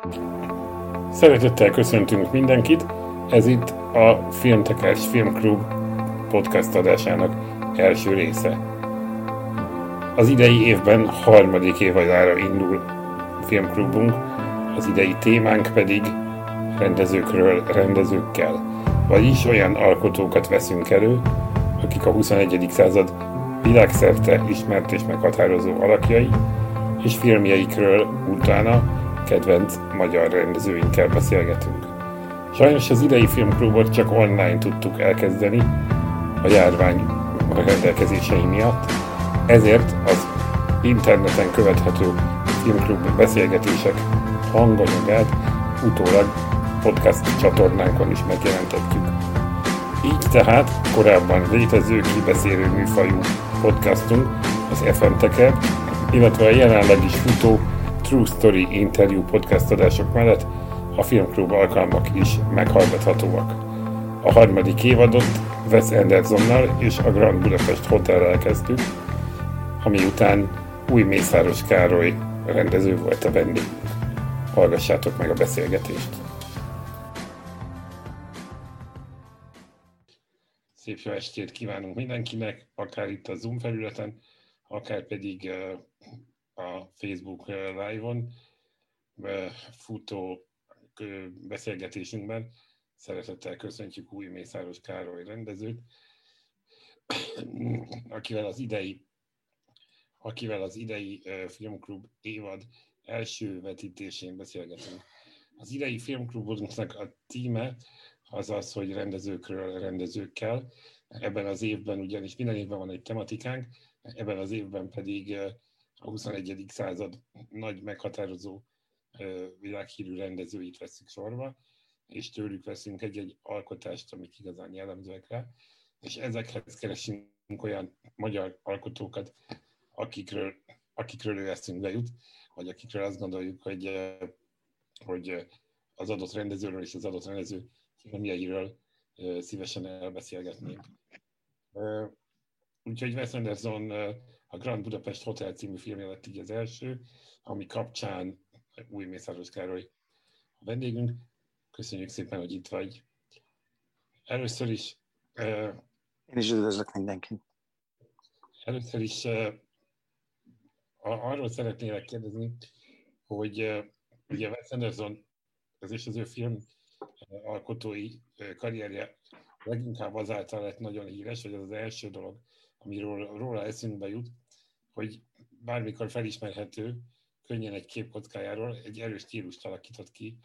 Szeretettel köszöntünk mindenkit, ez itt a Filmtekercs Filmklub podcast adásának első része. Az idei évben harmadik évadára indul filmklubunk, az idei témánk pedig rendezőkről, rendezőkkel. Vagyis olyan alkotókat veszünk elő, akik a 21. század világszerte ismert és meghatározó alakjai, és filmjeikről utána kedvenc magyar rendezőinkkel beszélgetünk. Sajnos az idei filmklubot csak online tudtuk elkezdeni a járvány rendelkezései miatt, ezért az interneten követhető filmklub beszélgetések hanganyagát utólag podcast csatornánkon is megjelentetjük. Így tehát korábban létező kibeszélő műfajú podcastunk, az FM Teker, illetve a jelenleg is futó True Story interjú podcast adások mellett a Filmklub alkalmak is meghallgathatóak. A harmadik évadot Wes Andersonnal és a Grand Budapest Hotellel kezdtük, ami után Új Mészáros Károly rendező volt a vendégünk. Hallgassátok meg a beszélgetést! Szép jó estét kívánunk mindenkinek, akár itt a Zoom felületen, akár pedig a Facebook Live-on futó beszélgetésünkben. Szeretettel köszöntjük Új Mészáros Károly rendezőt, akivel az idei Filmklub évad első vetítésén beszélgetünk. Az idei Filmklubunknak a címe az az, hogy rendezőkről, rendezőkkel. Ebben az évben ugyanis minden évben van egy tematikánk, ebben az évben pedig a 21. század nagy meghatározó világhírű rendezőit veszük sorba, és tőlük veszünk egy alkotást, amik igazán jellemzőek rá, és ezekhez keresünk olyan magyar alkotókat, akikről ő eszünkbe jut, vagy akikről azt gondoljuk, hogy az adott rendezőről és az adott rendező filmjeiről szívesen elbeszélgetnénk. Úgyhogy Wes Anderson a Grand Budapest Hotel című filmje lett így az első, ami kapcsán Új Mészáros Károly a vendégünk. Köszönjük szépen, hogy itt vagy. Először is... Én is üdvözlök mindenkit. Először is arról szeretnélek kérdezni, hogy ugye Wes Anderson, ez is az ő film alkotói karrierje leginkább azáltal lett nagyon híres, hogy az az első dolog, amiről róla eszünkbe jut, hogy bármikor felismerhető, könnyen egy képkockájáról egy erős stílust alakított ki.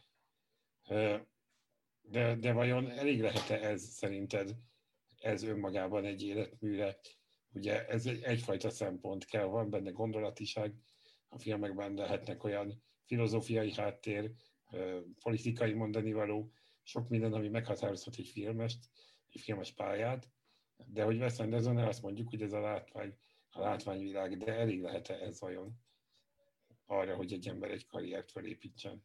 De vajon elég lehet-e ez szerinted, ez önmagában egy életműre? Ugye ez egyfajta szempont kell, van benne gondolatiság, a filmekben lehetnek olyan filozófiai háttér, politikai mondanivaló, sok minden, ami meghatározhat egy filmes pályát, de hogy Wes Andersonnál azt mondjuk, hogy ez a látványvilág, de elég lehet-e ez vajon arra, hogy egy ember egy karriert felépítsen?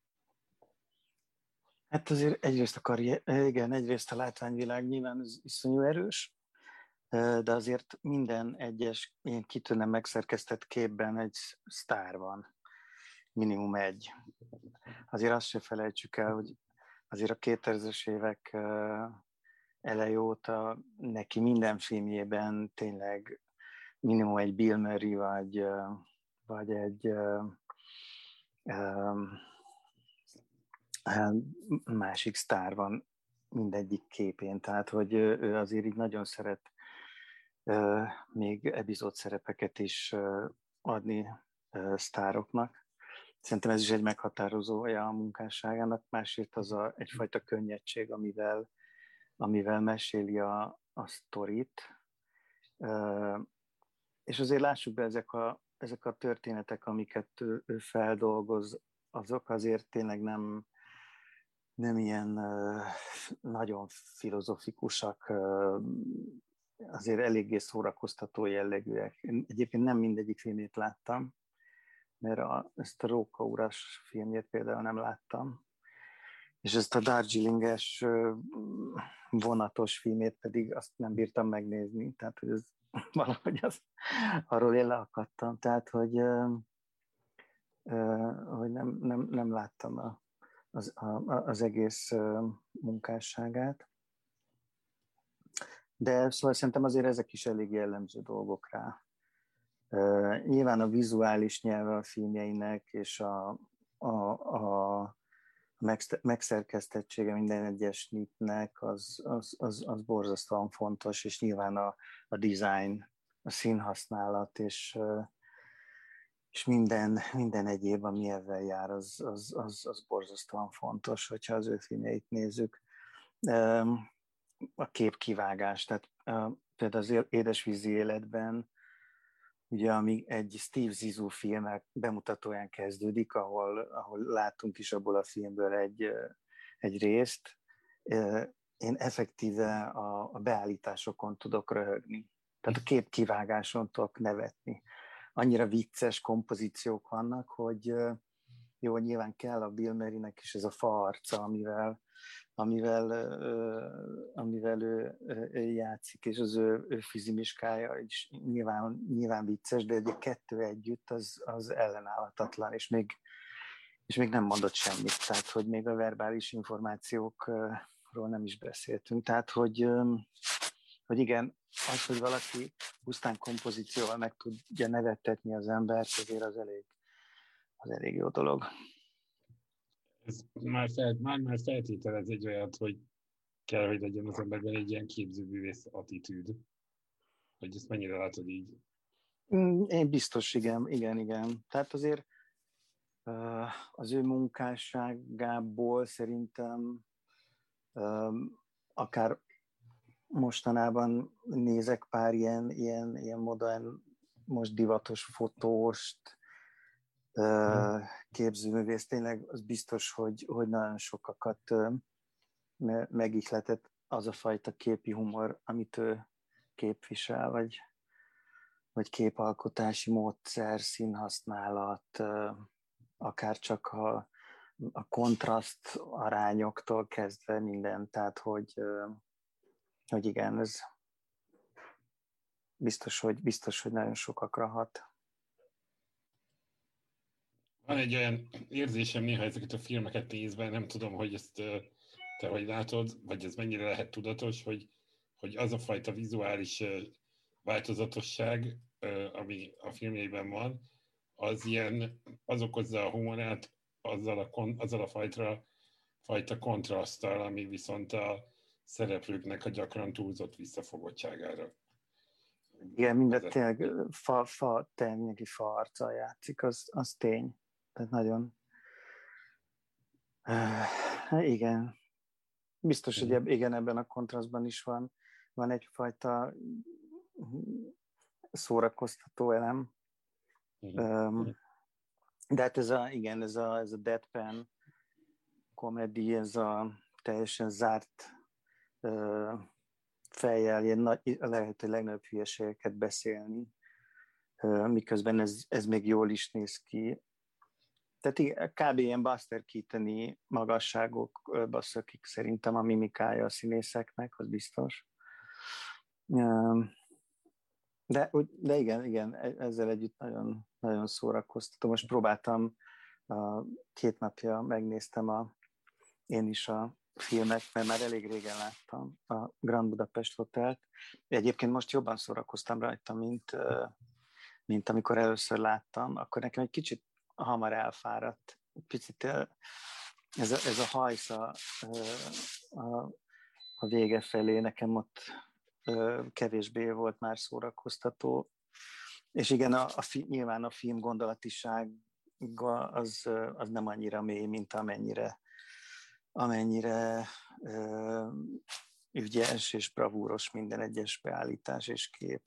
Hát azért egyrészt a látványvilág nyilván az iszonyú erős, de azért minden egyes ilyen kitűnően megszerkesztett képben egy sztár van, minimum egy. Azért azt se felejtsük el, hogy azért a 2000-es évek elejé óta neki minden filmjében tényleg minimum egy Bill Murray vagy egy másik sztár van mindegyik képén, tehát hogy ő azért így nagyon szeret még epizód szerepeket is adni sztároknak. Szerintem ez is egy meghatározója a munkásságának, másért az egyfajta könnyedség, amivel meséli a sztorit. És azért lássuk be, ezek a történetek, amiket ő feldolgoz, azok azért tényleg nem ilyen nagyon filozofikusak, azért eléggé szórakoztató jellegűek. Én egyébként nem mindegyik filmét láttam, mert ezt a Róka uras filmjét például nem láttam, és ezt a Darjeeling-es vonatos filmét pedig azt nem bírtam megnézni, tehát hogy ez valahogy arról én leakadtam, tehát hogy hogy nem láttam az egész munkásságát. De szóval szerintem azért ezek is elég jellemző dolgok rá. Nyilván a vizuális nyelve a filmjeinek, és a megszerkesztettsége minden egyes snitnek az borzasztóan fontos, és nyilván a design, a színhasználat, és minden egyéb, ami ebben jár, az borzasztóan fontos, hogyha az ő filmjeit nézzük. A képkivágás, tehát például az Édesvízi életben, ugye amíg egy Steve Zissou filmek bemutatóján kezdődik, ahol látunk is abból a filmből egy részt, én effektíve a beállításokon tudok röhögni. Tehát a képkivágáson tudok nevetni. Annyira vicces kompozíciók vannak, hogy jó, nyilván kell a Bill Murraynek is ez a farca, amivel ő játszik, és az ő fizimiskája is nyilván vicces, de egy kettő együtt az ellenállhatatlan, és még nem mondott semmit, tehát hogy még a verbális információkról nem is beszéltünk, tehát hogy igen, az, hogy valaki pusztán kompozícióval meg tudja nevettetni az embert, azért az elég jó dolog. Ez már feltételez egy olyat, hogy kell, hogy legyen az emberben egy ilyen képzőművész attitűd. Hogy ezt mennyire látod így? Én biztos, igen. Tehát azért az ő munkásságából szerintem akár mostanában nézek pár ilyen modern, most divatos fotóst, képzőművész, tényleg az biztos, hogy nagyon sokakat megihletett az a fajta képi humor, amit ő képvisel, vagy képalkotási módszer, színhasználat, akár csak a kontraszt arányoktól kezdve minden, tehát hogy igen, ez biztos, hogy nagyon sokakra hat. Van egy olyan érzésem néha ezeket a filmeket nézve, nem tudom, hogy ezt te hogy látod, vagy ez mennyire lehet tudatos, hogy az a fajta vizuális változatosság, ami a filmjeiben van, az okozza a humorát azzal a fajta kontraszttal, ami viszont a szereplőknek a gyakran túlzott visszafogottságára. Igen, mindent tényleg mindenki fa arccal játszik, az tény. Tehát nagyon... igen. Biztos, hogy igen, ebben a kontrasztban is van egyfajta szórakoztató elem. De hát ez a deadpan komedi, ez a teljesen zárt fejjel ilyen lehető legnagyobb hülyeségeket beszélni, miközben ez még jól is néz ki. Tehát kb. Ilyen Buster Keaton-i magasságokba szökik szerintem a mimikája a színészeknek, az biztos. De igen, ezzel együtt nagyon, nagyon szórakoztató. Most próbáltam, 2 napja megnéztem én is a filmet, mert már elég régen láttam a Grand Budapest Hotelt. Egyébként most jobban szórakoztam rajta, mint amikor először láttam. Akkor nekem egy kicsit hamar elfáradt. Picit ez a hajsza a vége felé nekem ott kevésbé volt már szórakoztató. És igen, nyilván a film gondolatisága az nem annyira mély, mint amennyire ügyes és bravúros minden egyes beállítás és kép.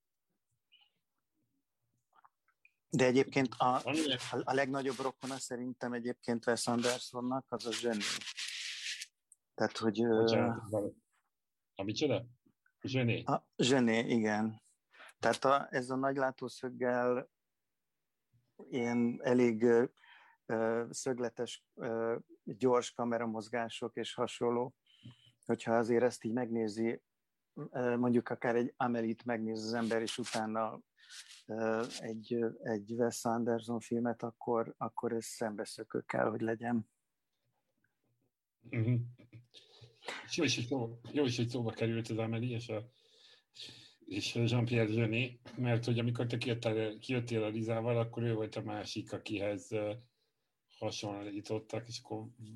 De egyébként a legnagyobb rokona szerintem egyébként Wes Andersonnak az a zseni. Tehát, hogy... A micsoda? Zseni? A zseni, igen. Tehát ez a nagy látószöggel ilyen elég szögletes, gyors kameramozgások és hasonló, hogyha azért ezt így megnézi, mondjuk akár egy Amélie-t megnéz az ember, és utána egy Wes Anderson filmet, akkor ez szembeszökő kell, hogy legyen. Uh-huh. Jó is, hogy szóba került az Amélie és Jean-Pierre Jeunet, mert hogy amikor te kijöttél a Lizával, akkor ő volt a másik, akihez hasonlítottak, és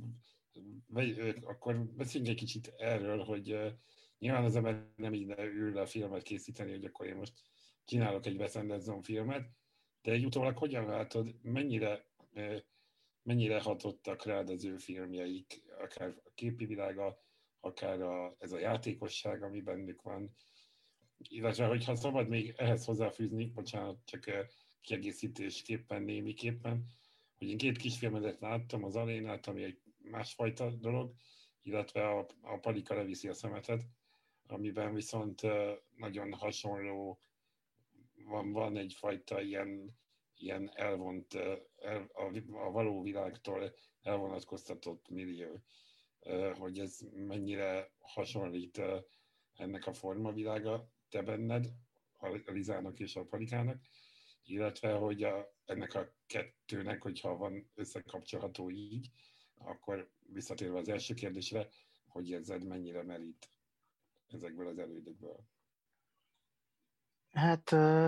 akkor beszéljünk egy kicsit erről, hogy nyilván az ember nem így ül a filmet készíteni, hogy akkor én most csinálok egy Wes Anderson filmet, de egy utólag hogyan látod, mennyire hatottak rád az ő filmjeik, akár a képi világa, akár ez a játékosság, ami bennük van, illetve hogyha szabad még ehhez hozzáfűzni, bocsánat, csak kiegészítésképpen, némiképpen, hogy én 2 kisfilmedet láttam, az Alénát, ami egy másfajta dolog, illetve a Palika leviszi a szemetet, amiben viszont nagyon hasonló, van egyfajta ilyen elvont, a való világtól elvonatkoztatott millió, hogy ez mennyire hasonlít ennek a formavilága te benned, a Lizának és a Palikának, illetve hogy ennek a kettőnek, hogyha van összekapcsolható így, akkor visszatérve az első kérdésre, hogy érzed, mennyire merít ezekből az elődökből? Hát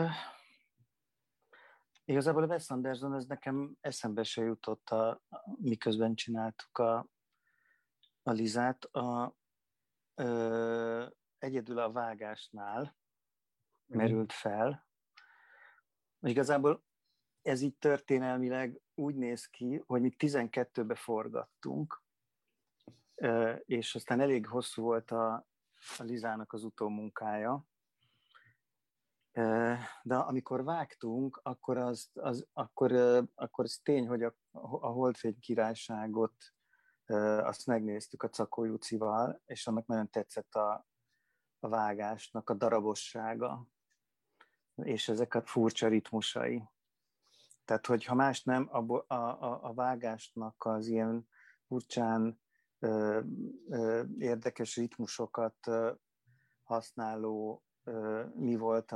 igazából a Wes Anderson, ez nekem eszembe se jutott, miközben csináltuk a Lizát. Egyedül a vágásnál merült fel. Igazából ez így történelmileg úgy néz ki, hogy mi 12-be forgattunk, és aztán elég hosszú volt a Lizának az utómunkája. De amikor vágtunk, akkor az tény, hogy a Holdfény Királyságot azt megnéztük a Czakó Jucival, és annak nagyon tetszett a vágásnak a darabossága, és ezek a furcsa ritmusai. Tehát, hogyha más nem, a vágásnak az ilyen furcsán érdekes ritmusokat használó mi volt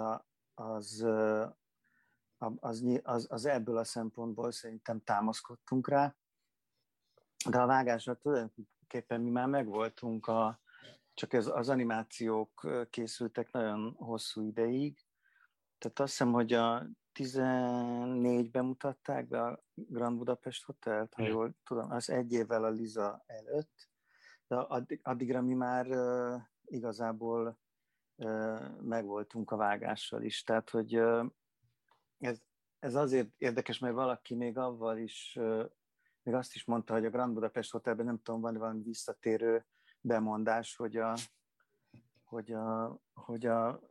az ebből a szempontból szerintem támaszkodtunk rá. De a vágásra tulajdonképpen mi már megvoltunk, csak az animációk készültek nagyon hosszú ideig. Tehát azt hiszem, hogy a 14-ben mutatták be a Grand Budapest Hotelt, ha jól tudom, az 1 évvel a Liza előtt, de addigra mi már igazából megvoltunk a vágással is. Tehát, hogy ez azért érdekes, mert valaki még avval is, még azt is mondta, hogy a Grand Budapest Hotelben nem tudom, van valami visszatérő bemondás, hogy a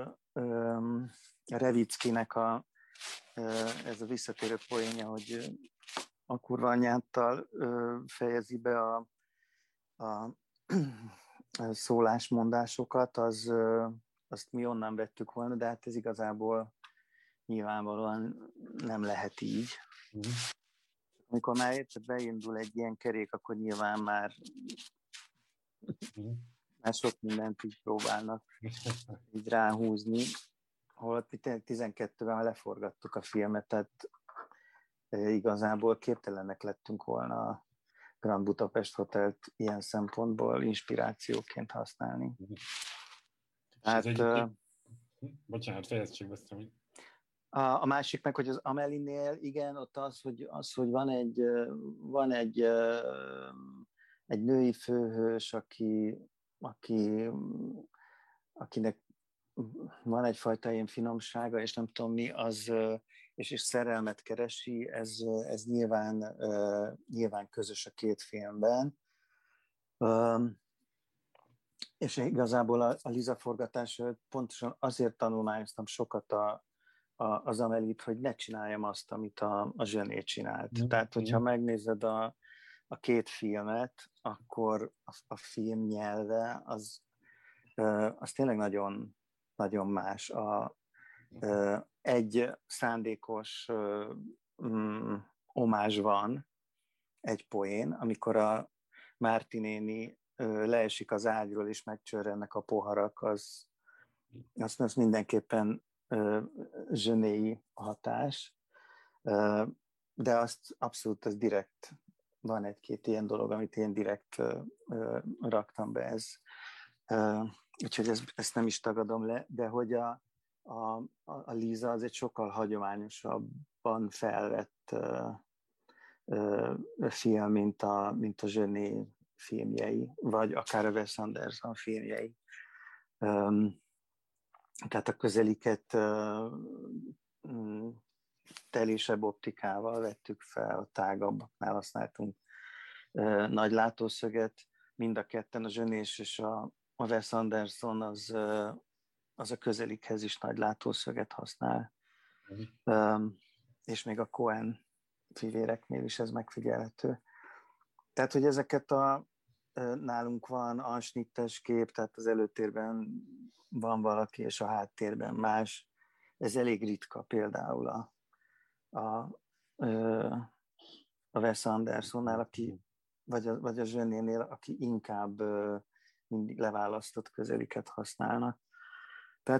Revickinek ez a visszatérő poénja, hogy a kurva anyáttal fejezi be a szólásmondásokat, azt mi onnan vettük volna, de hát ez igazából nyilvánvalóan nem lehet így. Amikor már érted, beindul egy ilyen kerék, akkor nyilván már sok mindent így próbálnak így ráhúzni. Holott mi 12-ben leforgattuk a filmet, tehát igazából képtelenek lettünk volna a Grand Budapest Hotelt ilyen szempontból inspirációként használni. Hát, bocsánat, fejezd csak beszélni. A másik meg, hogy az Amélie-nél, igen, ott hogy van egy női főhős, akinek van egyfajta ilyen finomsága, és nem tudom mi, és szerelmet keresi, ez nyilván közös a 2 filmben. És igazából a Liza forgatás pontosan azért tanulmányoztam sokat az Amélie-t, hogy ne csináljam azt, amit a Jeunet csinált. Tehát, hogyha megnézed a 2 filmet, akkor a film nyelve az tényleg nagyon, nagyon más. Egy szándékos omázs van, egy poén, amikor a Márti néni leesik az ágyról, és megcsörrennek a poharak, az mindenképpen zsenéi hatás, de azt abszolút az direkt, van egy-két ilyen dolog, amit én direkt raktam be, úgyhogy ezt nem is tagadom le, de hogy a Liza az egy sokkal hagyományosabban felvett film, mint a Zsené filmjei, vagy akár a Wes Anderson filmjei. Tehát a közeliket telésebb optikával vettük fel, a tágabbaknál használtunk nagy látószöget, mind a ketten, a Zsenés és a Wes Anderson az a közelikhez is nagy látószöget használ. És még a Coen fivéreknél is ez megfigyelhető. Tehát, hogy ezeket nálunk van ansnittes kép, tehát az előtérben van valaki, és a háttérben más. Ez elég ritka például a Wes Andersonnál, aki, vagy a Zsenénél, aki inkább mindig leválasztott közeliket használnak. Tehát,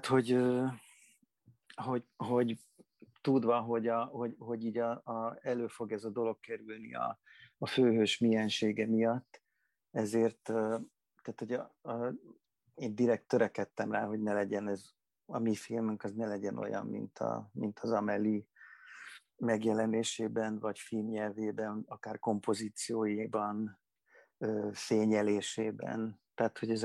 hogy tudva, hogy így elő fog ez a dolog kerülni a főhős miensége miatt, ezért tehát, hogy én direkt törekedtem rá, hogy ne legyen ez, a mi filmünk az ne legyen olyan, mint az Amélie megjelenésében, vagy filmnyelvében, akár kompozícióiban, fényelésében. Tehát, hogy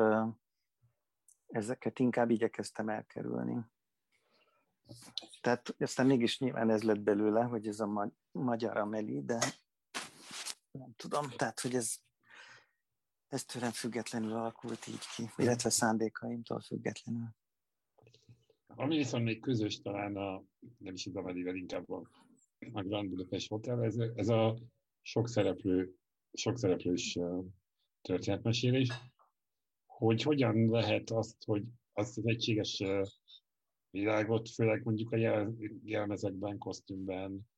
ezeket inkább igyekeztem elkerülni. Tehát aztán mégis nyilván ez lett belőle, hogy ez a magyar Amélie, de nem tudom, tehát, hogy ez tőlem függetlenül alakult így ki, illetve szándékaimtól függetlenül. Ami viszont még közös talán nem is az Amélie-vel, inkább a Grand Budapest Hotel, ez a sokszereplős történetmesélés, hogy hogyan lehet azt az egységes világot, főleg mondjuk a jelmezekben, kosztümben,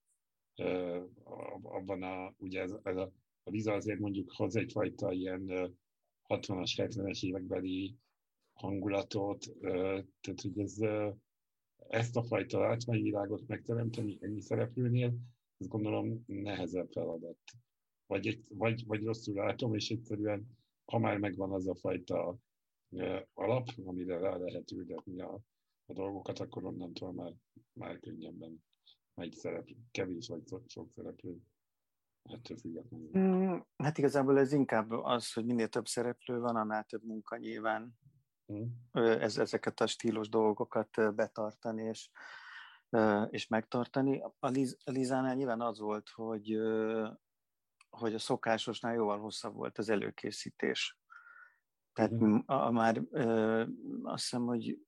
abban ugye a Liza azért mondjuk hoz egyfajta ilyen 60-as, 70-es évekbeli hangulatot, tehát hogy ezt a fajta látványvilágot megteremteni ennyi szereplőnél, ezt gondolom nehezebb feladat. Vagy rosszul látom, és egyszerűen, ha már megvan az a fajta alap, amire rá lehet ültetni a dolgokat, akkor onnantól már könnyebben megy szereplő, kevés vagy sok szereplő. Ettől függetlenül. Hát igazából ez inkább az, hogy minél több szereplő van, annál több munka nyilván. Ezeket a stílus dolgokat betartani és megtartani. A Lizánál nyilván az volt, hogy a szokásosnál jóval hosszabb volt az előkészítés. Tehát már azt hiszem, hogy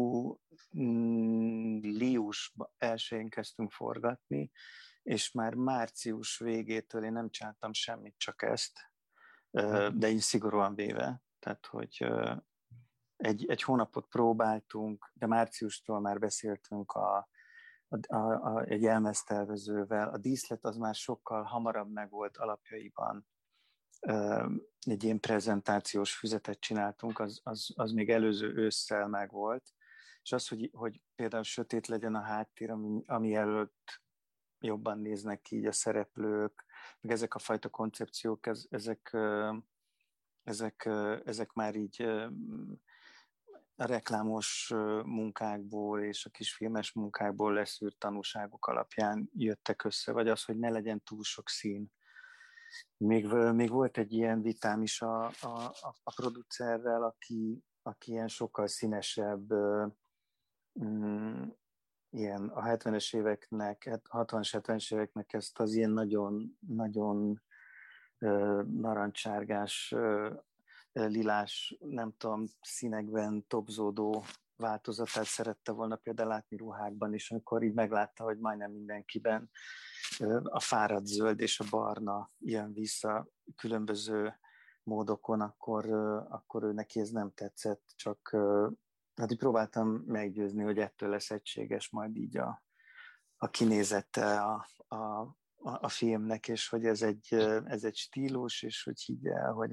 július 1-én kezdtünk forgatni, és már március végétől én nem csináltam semmit, csak ezt, de így szigorúan véve. Tehát, hogy egy hónapot próbáltunk, de márciustól már beszéltünk egy jelmeztervezővel. A díszlet az már sokkal hamarabb megvolt alapjaiban. Egy ilyen prezentációs füzetet csináltunk, az még előző ősszel megvolt, és az, hogy például sötét legyen a háttér, ami előtt jobban néznek ki így a szereplők, meg ezek a fajta koncepciók, ezek már így a reklámos munkákból és a kisfilmes munkákból leszűrt tanúságok alapján jöttek össze, vagy az, hogy ne legyen túl sok szín. Még volt egy ilyen vitám is a producerrel, aki ilyen sokkal színesebb, ilyen a 70-es éveknek, 60-as, 70-es éveknek ezt az ilyen nagyon, nagyon narancsárgás, lilás, nem tudom, színekben tobzódó változatát szerette volna például látni ruhákban is, amikor így meglátta, hogy majdnem mindenkiben a fáradt zöld és a barna jön vissza különböző módokon, akkor ő neki ez nem tetszett, csak hát így próbáltam meggyőzni, hogy ettől lesz egységes majd így a kinézete a filmnek, és hogy ez egy stílus, és hogy higgy el, hogy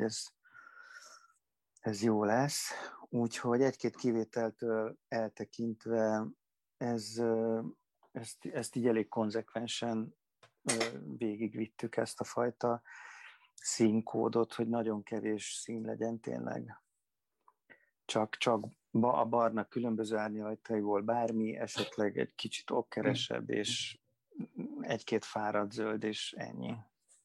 ez jó lesz. Úgyhogy egy-két kivételtől eltekintve ezt így elég konzekvensen végigvittük, ezt a fajta színkódot, hogy nagyon kevés szín legyen tényleg. Csak a barna különböző árnyalataiból bármi, esetleg egy kicsit okkeresebb, és egy-két fáradt zöld, és ennyi.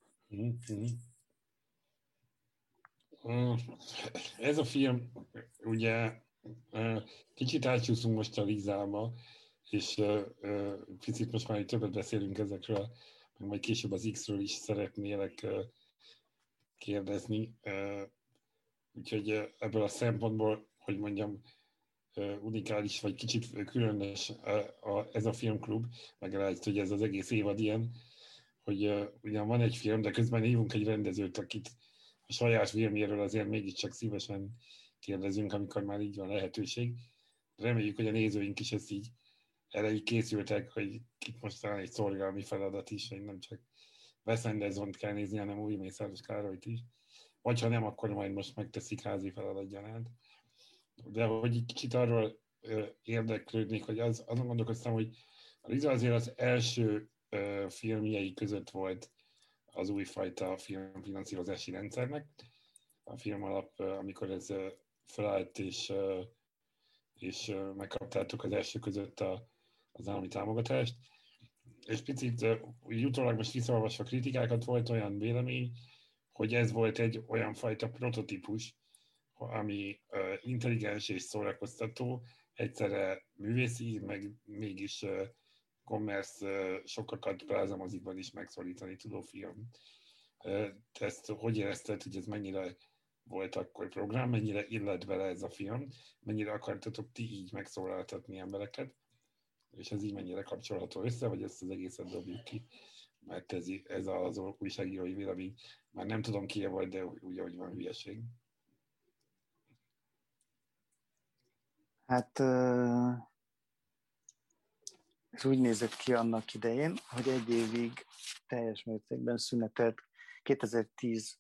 Ez a film, ugye kicsit átcsúszunk most a Lizába, és picit most már többet beszélünk ezekről, meg majd később az X-ről is szeretnélek kérdezni. Úgyhogy ebből a szempontból, hogy mondjam, unikális, vagy kicsit különös ez a filmklub, megállítja, hogy ez az egész évad ilyen, hogy ugyan van egy film, de közben hívunk egy rendezőt, akit a saját filmjéről azért mégiscsak szívesen kérdezünk, amikor már így van lehetőség. Reméljük, hogy a nézőink is ezt így erre készültek, hogy itt most talán egy szorgalmi feladat is, hogy nem csak Wes Andersont kell nézni, hanem új Mészáros Károlyt is. Vagy ha nem, akkor majd most megteszik házi feladat gyanánt. De hogy egy kicsit arról érdeklődnék, hogy azon gondolkoztam, hogy a Liza azért az első filmjei között volt az újfajta filmfinanszírozási rendszernek. A film alap, amikor ez felállt, és megkaptátok az első között az állami támogatást. És picit utólag most visszaolvasva kritikákat, volt olyan vélemény, hogy ez volt egy olyan fajta prototípus, ami intelligens és szórakoztató, egyszerre művészi, meg mégis commerce sokakat plázamozikban is megszólítani tudó film. Te ezt hogy érezted, hogy ez mennyire volt akkor program, mennyire illet vele ez a film, mennyire akartatok ti így megszólaltatni embereket, és ez így mennyire kapcsolható össze, vagy ezt az egészet dobjuk ki? Mert ez az újságírói vélemény, már nem tudom ki volt, de úgy, ahogy van, hülyeség. Hát ez úgy nézett ki annak idején, hogy egy évig teljes mértékben szünetelt 2010-től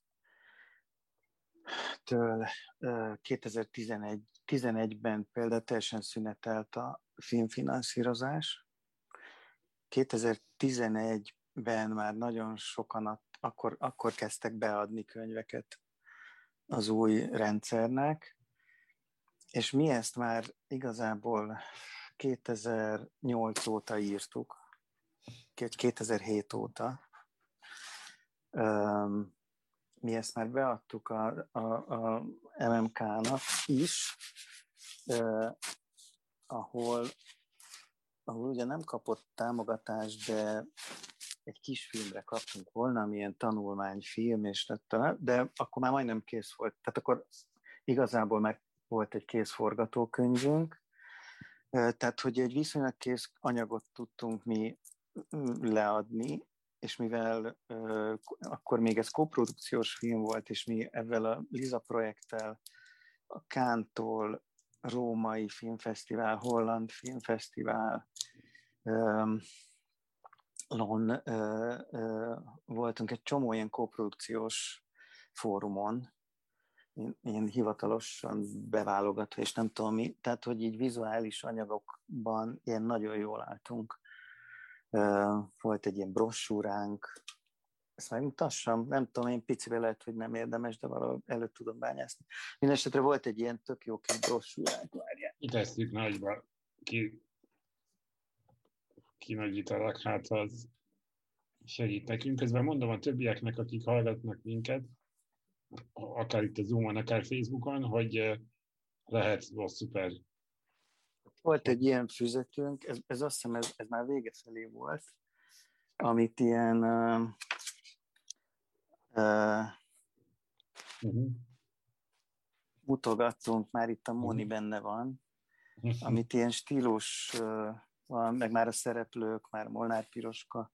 2011-ben például teljesen szünetelt a filmfinanszírozás. 2011-ben már nagyon sokan akkor kezdtek beadni könyveket az új rendszernek, és mi ezt már igazából 2008 óta írtuk, 2007 óta. Mi ezt már beadtuk a MMK-nak is, ahol ugye nem kapott támogatást, de egy kis filmre kaptunk volna, amilyen tanulmányfilm, de akkor már majdnem kész volt. Tehát akkor igazából meg volt egy kész forgatókönyvünk, tehát hogy egy viszonylag kész anyagot tudtunk mi leadni, és mivel akkor még ez koprodukciós film volt, és mi ezzel a Liza projekttel, a Cannes-tól, Római Filmfesztivál, Holland Filmfesztivál, voltunk egy csomó ilyen koprodukciós fórumon, ilyen hivatalosan beválogatva, és nem tudom mi, tehát hogy így vizuális anyagokban ilyen nagyon jól álltunk. Volt egy ilyen brossúránk, ezt megmutassam, nem tudom, én picivel lehet, hogy nem érdemes, de valahogy előtt tudom bányászni. Mindenesetre volt egy ilyen tök jó kis brossúránk, várjál. Itt tesszük nagyba, kinagyítalak, hát az segít nekünk. Közben mondom a többieknek, akik hallgatnak minket, akár itt a Zoomon, akár Facebookon, hogy lehet, szuper. Volt egy ilyen füzetünk, ez azt hiszem, ez már vége felé volt, amit ilyen mutogattunk, már itt a Móni benne van, amit ilyen stílus van, meg már a szereplők, már Molnár Piroska,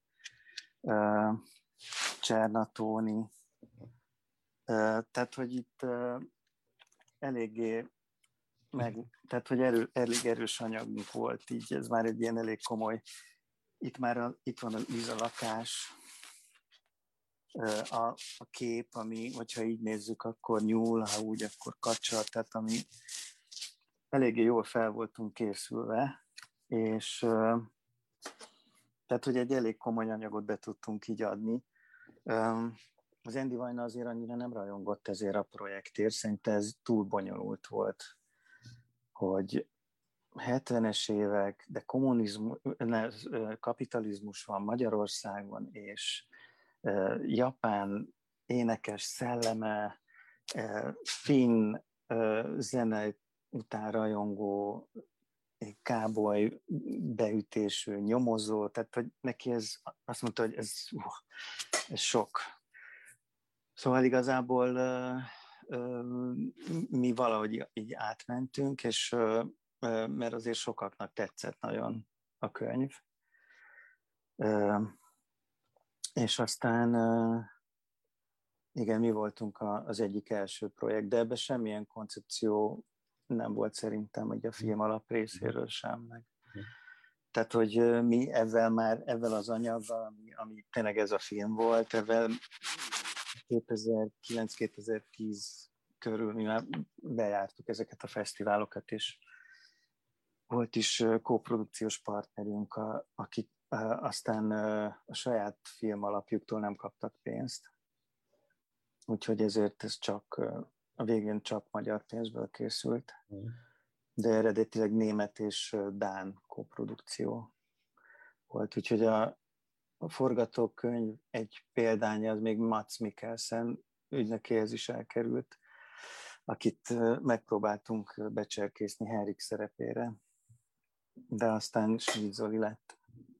Csernatóni, tehát, hogy itt eléggé tehát, hogy elég erős anyagunk volt, így ez már egy ilyen elég komoly. Itt van a Liza lakás, a kép, ami, hogyha így nézzük, akkor nyúl, ha úgy, akkor kacsa, tehát ami eléggé jól fel voltunk készülve, és tehát, hogy egy elég komoly anyagot be tudtunk így adni. Az Andy Vajna azért annyira nem rajongott ezért a projektért, szerintem ez túl bonyolult volt, hogy 70-es évek, de kapitalizmus van Magyarországon, és japán énekes szelleme, finn zene után rajongó, cowboy beütésű nyomozó, tehát hogy neki ez, azt mondta, hogy ez sok. Szóval igazából mi valahogy így átmentünk, és mert azért sokaknak tetszett nagyon a könyv. És aztán igen, mi voltunk az egyik első projekt, de ebben semmilyen koncepció nem volt szerintem, hogy a film alap részéről sem meg. Tehát, hogy mi ezzel az anyaggal, ami tényleg ez a film volt, ezzel 2009-2010 körül mi már bejártuk ezeket a fesztiválokat, és volt is kóprodukciós partnerünk, akik aztán a saját film alapjuktól nem kaptak pénzt. Úgyhogy ezért ez csak a végén csak magyar pénzből készült. De eredetileg német és dán kóprodukció volt. Úgyhogy a forgatókönyv egy példánya, az még Mads Mikkelsen ügynökéhez is elkerült, akit megpróbáltunk becserkészni Henrik szerepére, de aztán Schmidt Zoli lett.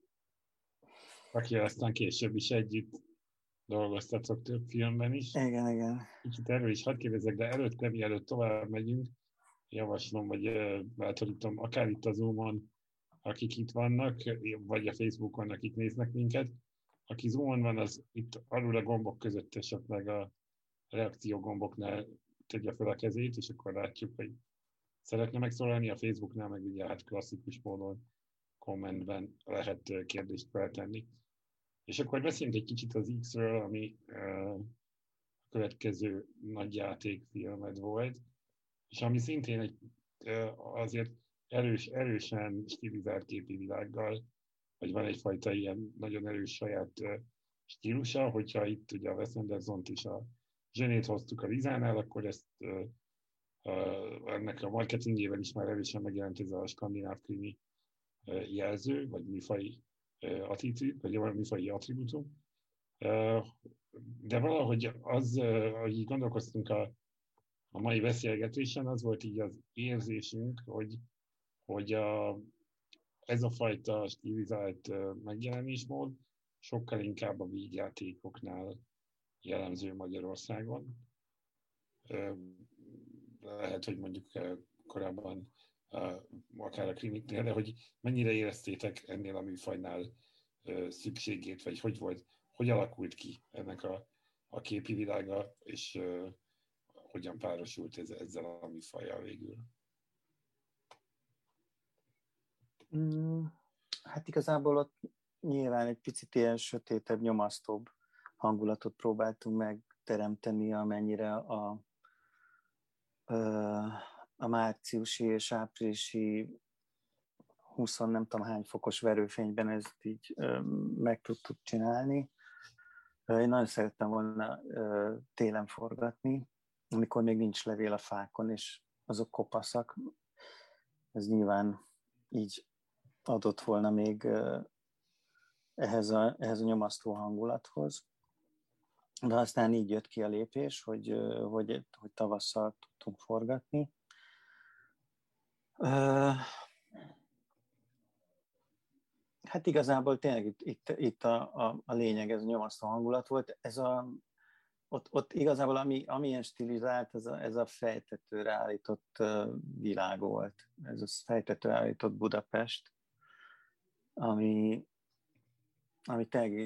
Aki aztán később is együtt dolgoztatok több filmben is. Igen. Kicsit erről is hadd kérdezzek, de előtte, mielőtt tovább megyünk, javaslom, vagy bátorítom, akár itt a Zoom-on, akik itt vannak, vagy a Facebookon, akik néznek minket. Aki Zoom-on van, az itt alul a gombok között esetleg a reakció gomboknál tegye fel a kezét, és akkor látjuk, hogy szeretne megszólalni. A Facebooknál meg ugye hát klasszikus módon kommentben lehet kérdést feltenni. És akkor beszéljünk egy kicsit az X-ről, ami a következő nagy játékfilmed volt, és ami szintén egy azért erősen stilizált képi világgal, vagy van egyfajta ilyen nagyon erős saját stílusa, hogyha itt ugye a Wes Andersont és a zsenét hoztuk a Lizánál, akkor ezt ennek a marketingével is már erősen megjelent ez a skandináv krimi jelző, vagy műfai attitűd, vagy műfai attribútum. De valahogy az, ahogy gondolkoztunk a mai beszélgetésen, az volt így az érzésünk, hogy ez a fajta stilizált megjelenésmód sokkal inkább a vígjátékoknál jellemző Magyarországon. Lehet, hogy mondjuk korábban akár a kliniknél, de hogy mennyire éreztétek ennél a műfajnál szükségét, vagy hogy alakult ki ennek a képi világa, és hogyan párosult ezzel a műfajjal végül? Hát igazából ott nyilván egy picit ilyen sötétebb, nyomasztóbb hangulatot próbáltunk megteremteni, amennyire a márciusi és áprilisi 20 nem tudom hány fokos verőfényben ezt így meg tudtuk csinálni. Én nagyon szerettem volna télen forgatni, amikor még nincs levél a fákon, és azok kopaszak. Ez nyilván így adott volna még ehhez a nyomasztó hangulathoz. De aztán így jött ki a lépés, hogy tavasszal tudtunk forgatni. Hát igazából tényleg itt a lényeg, ez a nyomasztó hangulat volt. Ott igazából ami ilyen stilizált, ez a fejtetőre állított világ volt. Ez a fejtetőre állított Budapest, ami tényleg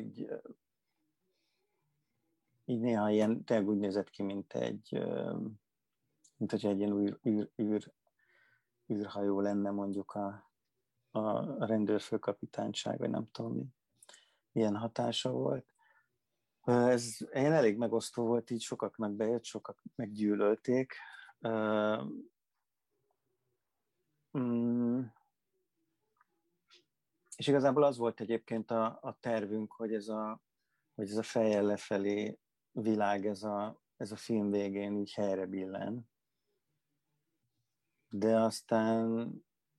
így néha ilyen, tényleg úgy nézett ki, mint hogyha egy ilyen űrhajó lenne mondjuk a rendőrfőkapitányság, vagy nem tudom mi. Ilyen hatása volt. Ez ilyen elég megosztó volt, így sokaknak bejött, sokak meggyűlölték. És igazából az volt egyébként a tervünk, hogy ez a fejjel lefelé világ, ez a film végén úgy helyre billen. De aztán,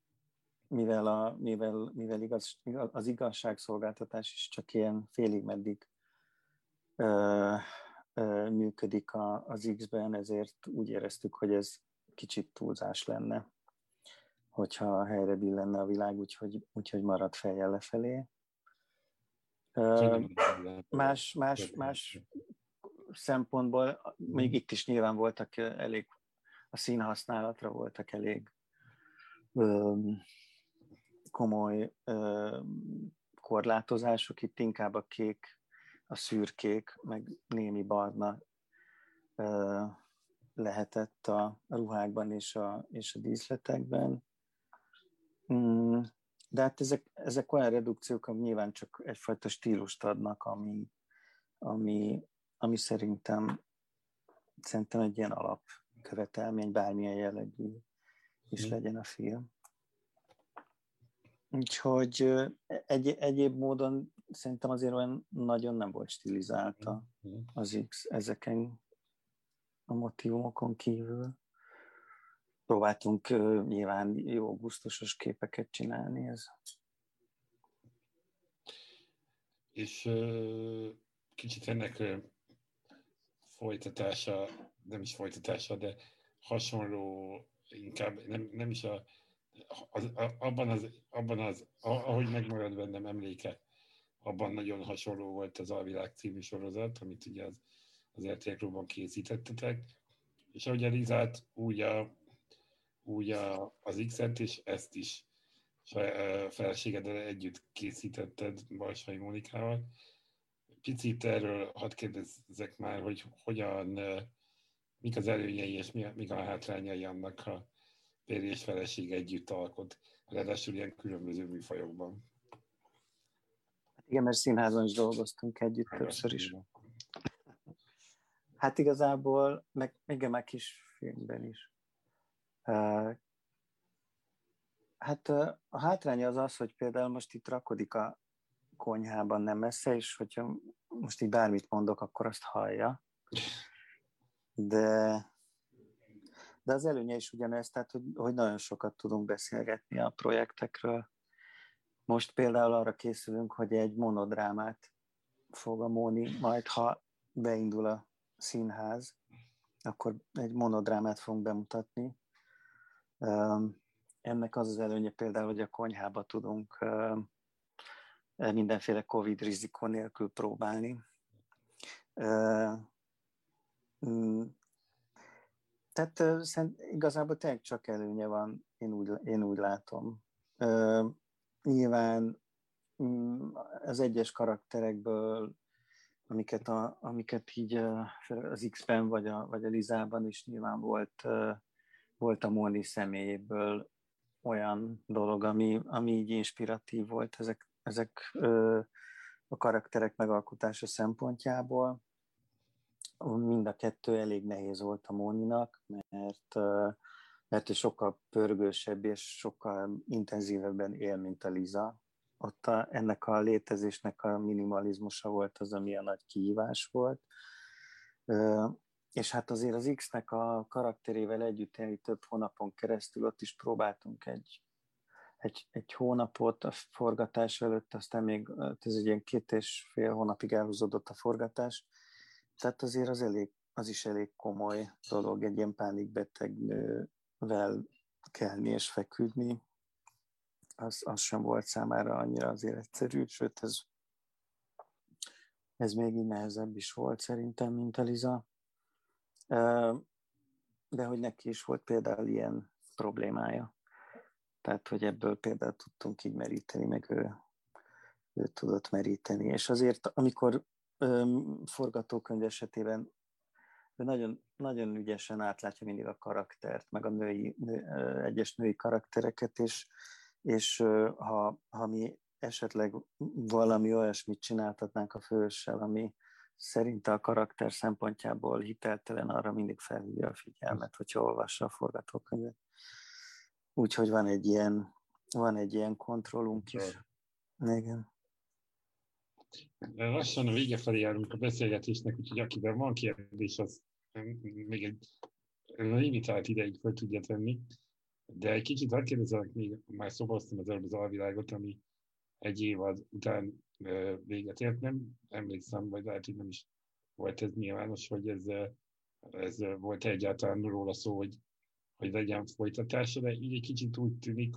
mivel az igazságszolgáltatás is csak ilyen félig meddig működik az X-ben, ezért úgy éreztük, hogy ez kicsit túlzás lenne, hogyha helyre billenne a világ, úgyhogy marad fejjel lefelé. Más szempontból, még itt is nyilván voltak elég, a színhasználatra voltak elég komoly korlátozások, itt inkább a kék, a szürkék, meg némi barna lehetett a ruhákban és a díszletekben. De hát ezek olyan redukciók, ami nyilván csak egyfajta stílust adnak, ami szerintem egy ilyen alapkövetelmény, bármilyen jellegű is legyen a film. Úgyhogy egyéb módon szerintem azért olyan nagyon nem volt stilizálta az X ezeken a motívumokon kívül. Próbáltunk nyilván jó, gusztusos képeket csinálni. Ez. És kicsit ennek folytatása, nem is folytatása, de hasonló, inkább nem is ahogy megmarad bennem emléke, abban nagyon hasonló volt az Alvilág című sorozat, amit ugye az RTL Klubban készítettetek, és ahogy Elizát, úgy az X-et és ezt is feleségeddel együtt készítetted Balsai Mónikával. Picit erről hadd kérdezzek már, hogy hogyan, mik az előnyei és mik a hátrányai annak, ha férj és feleség együtt alkot, ráadásul ilyen különböző műfajokban. Hát igen, mert színházon is dolgoztunk együtt többször is. Hát igazából, meg kisfilmben is. Hát a hátránya az, hogy például most itt rakodik a konyhában nem messze, és hogyha most így bármit mondok, akkor azt hallja. De az előnye is ugyanez, tehát hogy nagyon sokat tudunk beszélgetni a projektekről. Most például arra készülünk, hogy egy monodrámát fog a Móni, majd ha beindul a színház, akkor egy monodrámát fogunk bemutatni. Ennek az előnye például, hogy a konyhába tudunk mindenféle Covid rizikó nélkül próbálni. Tehát igazából tényleg csak előnye van, én úgy látom. Nyilván az egyes karakterekből, amiket így az X-ben vagy a Lizában is nyilván volt a Móni személyéből olyan dolog, ami így inspiratív volt ezek a karakterek megalkotása szempontjából. Mind a kettő elég nehéz volt a Móninak, mert sokkal pörgősebb és sokkal intenzívebben él, mint a Liza. Ott ennek a létezésnek a minimalizmusa volt az, ami a nagy kihívás volt. És hát azért az X-nek a karakterével együtt élni több hónapon keresztül, ott is próbáltunk egy hónapot a forgatás előtt, aztán még ez egy ilyen 2,5 hónapig elhúzódott a forgatás. Tehát azért az is elég komoly dolog, egy ilyen pánikbeteg nővel kelni és feküdni. Az sem volt számára annyira azért egyszerű, sőt ez még így nehezebb is volt szerintem, mint a Liza. De hogy neki is volt például ilyen problémája. Tehát, hogy ebből például tudtunk így meríteni, meg ő tudott meríteni. És azért, amikor forgatókönyv esetében nagyon, nagyon ügyesen átlátja mindig a karaktert, meg a egyes női karaktereket, és ha mi esetleg valami olyasmit csináltatnánk a főssel, ami szerinte a karakter szempontjából hiteltelen, arra mindig felhívja a figyelmet, hogyha olvassa a forgatókönyvet. Úgyhogy van egy ilyen kontrollunk is. Igen. Lassan a vége felé járunk a beszélgetésnek, úgyhogy akiben van kérdés, az még egy limitált ideig fel tudja tenni. De egy kicsit hadd kérdezelek, még már szobaztam az előbb az alvilágot, ami egy évad után véget ért. Nem emlékszem, vagy lehet, hogy nem is volt ez nyilvános, hogy ez volt egyáltalán róla szó, hogy legyen folytatása, de így egy kicsit úgy tűnik,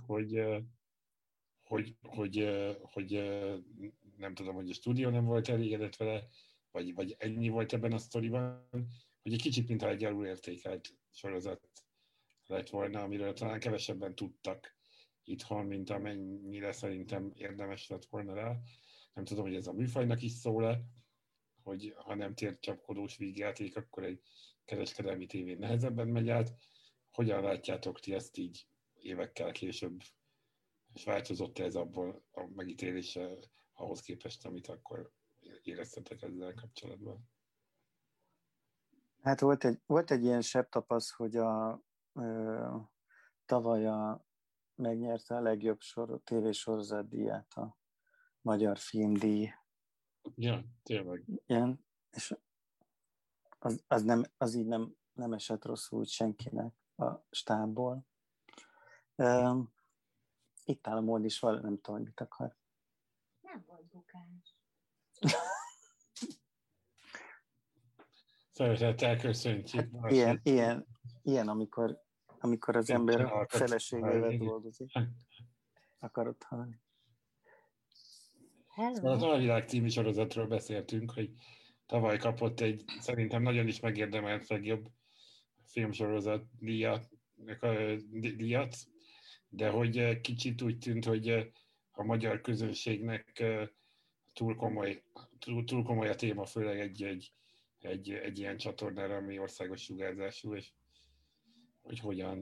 hogy nem tudom, hogy a stúdió nem volt elégedett vele, vagy ennyi volt ebben a sztoriban, hogy egy kicsit mintha egy alulértékelt sorozat lett volna, amiről talán kevesebben tudtak itthon, mint amennyire szerintem érdemes lett volna rá. Nem tudom, hogy ez a műfajnak is szól-e, hogy ha nem tércsapkodós vígjáték, akkor egy kereskedelmi tévén nehezebben megy át. Hogyan látjátok ti ezt így évekkel később? És változott ez abból a megítélése ahhoz képest, amit akkor éreztetek ezzel kapcsolatban? Hát volt egy ilyen sebb tapasz, hogy tavaly megnyerte a legjobb tévésorozat díját, a Magyar Filmdíj. Ja, tényleg. Igen, és az így nem esett rosszul senkinek a stábból. Itt áll a mód is, nem tudom, mit akar. Nem volt bukás. Szeretettel köszöntjük. Hát ilyen, amikor az ember a feleségével dolgozik. Akarod hallani? Szóval az Alvilág című sorozatról beszéltünk, hogy tavaly kapott egy szerintem nagyon is megérdemelt legjobb filmsorozat díjat, de hogy kicsit úgy tűnt, hogy a magyar közönségnek túl komoly a téma, főleg egy ilyen csatornára, ami országos sugárzású, és hogy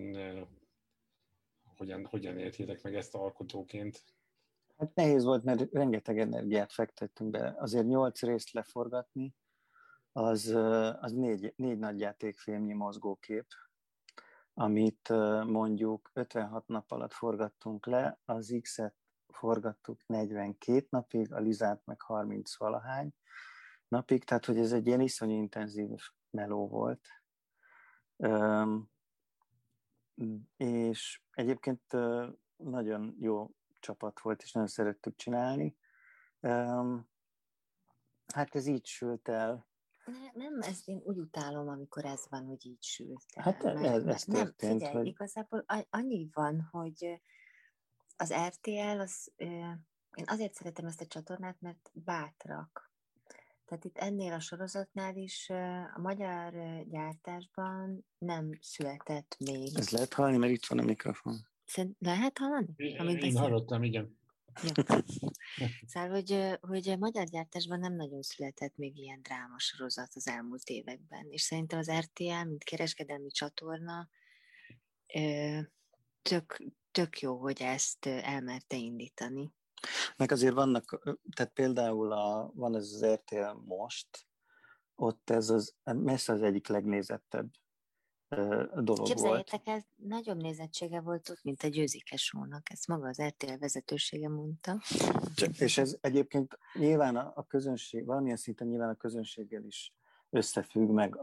hogyan értétek meg ezt alkotóként? Hát nehéz volt, mert rengeteg energiát fektettünk be. Azért 8 részt leforgatni, az 4 nagyjátékfilmnyi mozgókép, amit mondjuk 56 nap alatt forgattunk le, az X-et forgattuk 42 napig, a Lizát meg 30-valahány napig, tehát hogy ez egy ilyen iszonyú intenzív meló volt. És egyébként nagyon jó csapat volt, és nagyon szerettük csinálni. Hát ez így sült el. Nem, ezt én úgy utálom, amikor ez van, hogy így sült el. Hát ez történt. Nem, figyelj, hogy... igazából annyi van, hogy az RTL, én azért szeretem ezt a csatornát, mert bátrak. Tehát itt ennél a sorozatnál is a magyar gyártásban nem született még. Ez lehet hallani, mert itt van a mikrofon. Lehet hallani? Én hallottam, igen. Jó. Szóval, hogy magyar gyártásban nem nagyon született még ilyen drámasorozat az elmúlt években, és szerintem az RTL, mint kereskedelmi csatorna, tök jó, hogy ezt elmerte indítani. Meg azért vannak, tehát például van ez az RTL Most, ott ez messze az egyik legnézettebb dolog Képzeljétek el, nagyobb nézettsége volt ott, mint a Győzike Show-nak. Ezt maga az RTL vezetősége mondta. És ez egyébként nyilván a közönség, valamilyen szinten nyilván a közönséggel is összefügg, meg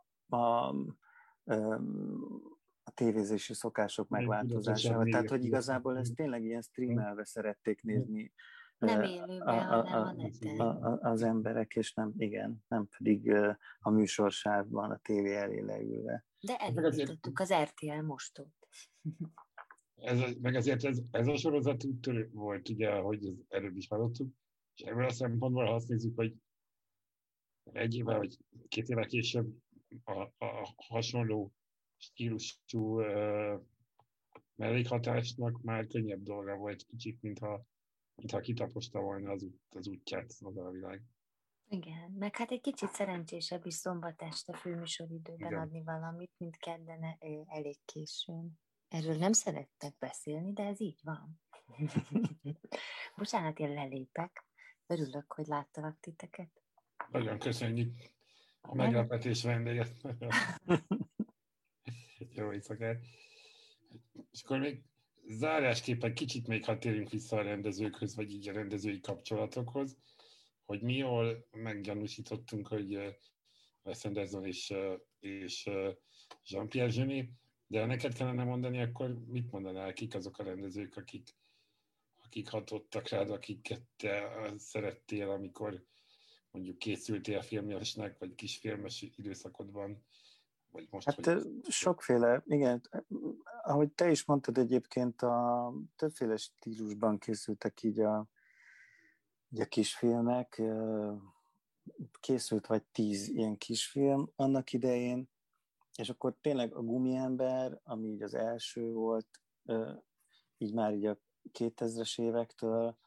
a tévézési szokások megváltozásával. Tehát, hogy igazából ezt tényleg ilyen streamelve szerették nézni. Nem élőben, hanem a neten. Az emberek, és nem pedig a műsorsávban, a tévé elé leülve. De elindítottuk az RTL Mostot. Meg azért ez a sorozat úttörő volt, ugye, ahogy előbb is hallottuk, és ebből a szempontból, ha azt nézzük, hogy egy évvel vagy 2 évvel később a hasonló stílusú mellékhatásnak már könnyebb dolga volt kicsit, mintha kitaposta volna az útját az Alvilág. Igen, meg hát egy kicsit szerencsésebb is szombat este főműsoridőben adni valamit, mint kedden elég későn. Erről nem szerettek beszélni, de ez így van. Bocsánat, én lelépek. Örülök, hogy láttalak titeket. Nagyon köszönjük a meglepetés vendéget. Jó éjszakát. És akkor még zárásképpen kicsit még, ha térünk vissza a rendezőkhöz, vagy így a rendezői kapcsolatokhoz, hogy mi jól meggyanúsítottunk, hogy Wes Anderson és Jean-Pierre Jeunet, de ha neked kellene mondani, akkor mit mondanál, kik azok a rendezők, akik hatottak rád, akiket te szerettél, amikor mondjuk készültél filmjesnek, vagy kisfilmes időszakodban, vagy most, Hát sokféle, igen, ahogy te is mondtad egyébként, a többféle stílusban készültek így a kisfilmek, készült vagy 10 ilyen kisfilm annak idején, és akkor tényleg a Gumiember, ami így az első volt, így már így a 2000-es évektől,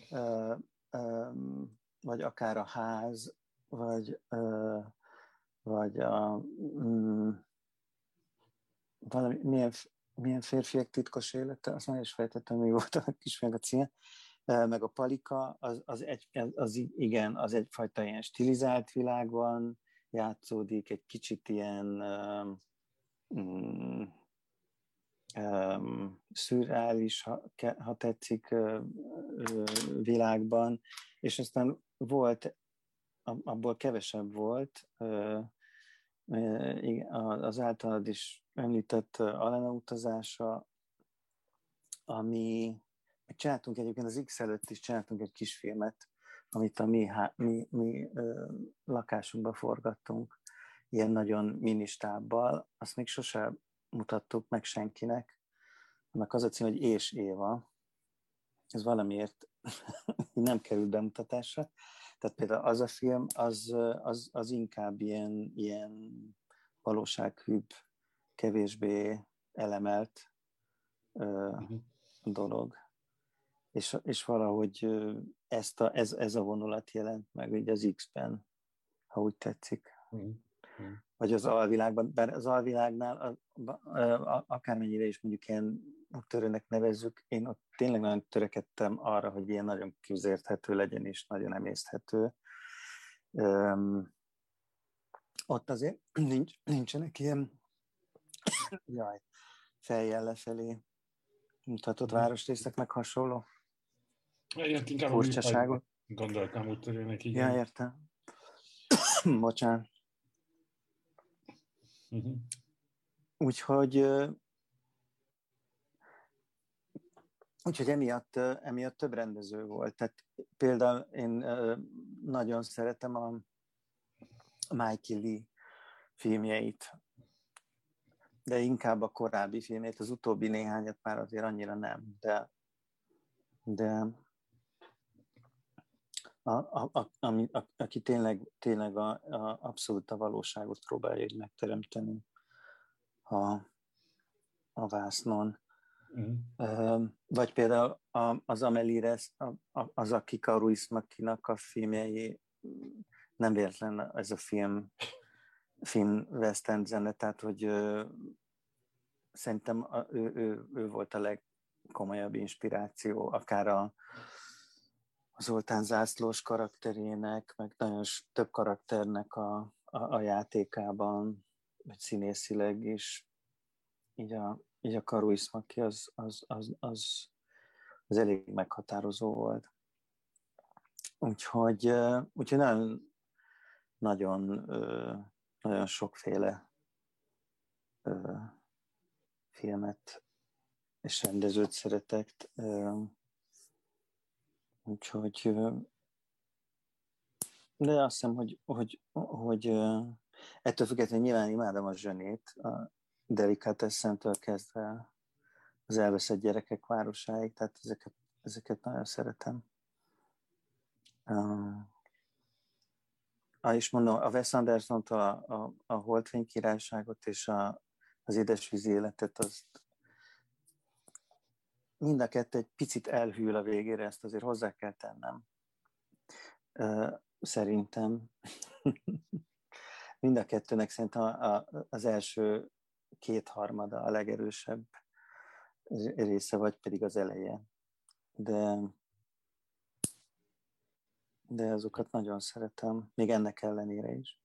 vagy akár a Ház, vagy a valami, milyen férfiak titkos élete, azt már is fejtettem, mi volt a kisfilm a címe, meg a Palika, az egyfajta ilyen stilizált világban játszódik, egy kicsit ilyen szürreális, ha tetszik, világban, és aztán volt, abból kevesebb volt, az általad is említett Alena utazása, ami csináltunk egyébként az X előtt is csináltunk egy kis filmet, amit a mi lakásunkban forgattunk, ilyen nagyon ministábbal, azt még sosem mutattuk meg senkinek. Annak az a cím, hogy És Éva. Ez valamiért nem került bemutatásra. Tehát például az a film, az inkább ilyen valósághűbb, kevésbé elemelt dolog. És valahogy ez a vonulat jelent meg így az X-ben, ha úgy tetszik. Vagy az alvilágban, bár az alvilágnál akármennyire is mondjuk ilyen úttörőnek nevezzük, én ott tényleg nagyon törekedtem arra, hogy ilyen nagyon közérthető legyen és nagyon emészthető. Ott azért nincsenek ilyen fejjel lefelé mutatott városrészek meg hasonló furcsaságok. Gondoltam úttörőnek, igen. Ja, értem. Bocsánat. Úgyhogy emiatt több rendező volt. Tehát például én nagyon szeretem a Mikey Lee filmjeit, de inkább a korábbi filmjét, az utóbbi néhányat már azért annyira nem, de aki tényleg abszolút a valóságot próbálja így megteremteni a vásznon. Vagy például az Amélie az a Kika Ruiz-Macchia-nak a filmjei, nem véletlen ez a film West End zene, tehát hogy szerintem ő volt a legkomolyabb inspiráció, akár a Zoltán Zászlós karakterének, meg nagyon több karakternek a játékában, vagy színészileg is. Így a Karuiszmaki az elég meghatározó volt. Úgyhogy nagyon sokféle filmet és rendezőt szeretek. Úgyhogy de azt hiszem, hogy ettől függetlenül nyilván imádom a Zsönét, a Delicatessentől kezdve az Elveszett gyerekek városáig, tehát ezeket nagyon szeretem. És mondom, a Wes Andersontól a Holdfény királyságot és az Édesvízi életet, azt mind a kettő egy picit elhűl a végére, ezt azért hozzá kell tennem. Szerintem. Mind a kettőnek szerintem az első kétharmada a legerősebb része, vagy pedig az eleje. De azokat nagyon szeretem, még ennek ellenére is.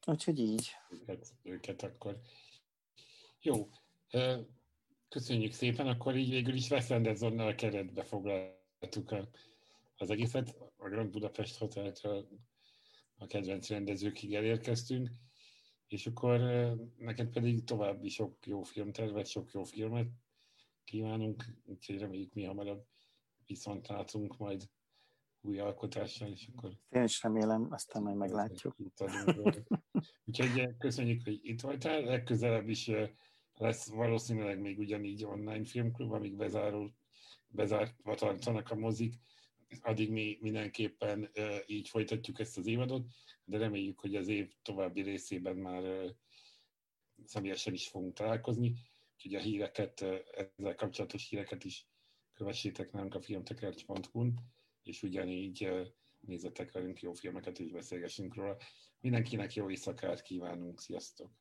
Úgyhogy így. Őket akkor. Jó. Köszönjük szépen, akkor így végül is Wes Andersonnal keretbe foglaltuk az egészet. A Grand Budapest Hoteltől a kedvenc rendezőkig elérkeztünk, és akkor neked pedig további sok jó filmtervet, sok jó filmet kívánunk, úgyhogy reméljük mi hamarabb viszont látunk majd új alkotással, és akkor... Én is remélem, aztán majd meglátjuk. Úgyhogy köszönjük, hogy itt voltál, legközelebb is lesz valószínűleg még ugyanígy online filmklub, amíg bezártva tartanak a mozik, addig mi mindenképpen így folytatjuk ezt az évadot, de reméljük, hogy az év további részében már személyesen is fogunk találkozni, úgyhogy a híreket, ezzel kapcsolatos híreket is kövessétek nálunk a filmtekercs.hu-n, és ugyanígy nézzetek velünk jó filmeket és beszélgessünk róla. Mindenkinek jó éjszakát kívánunk, sziasztok!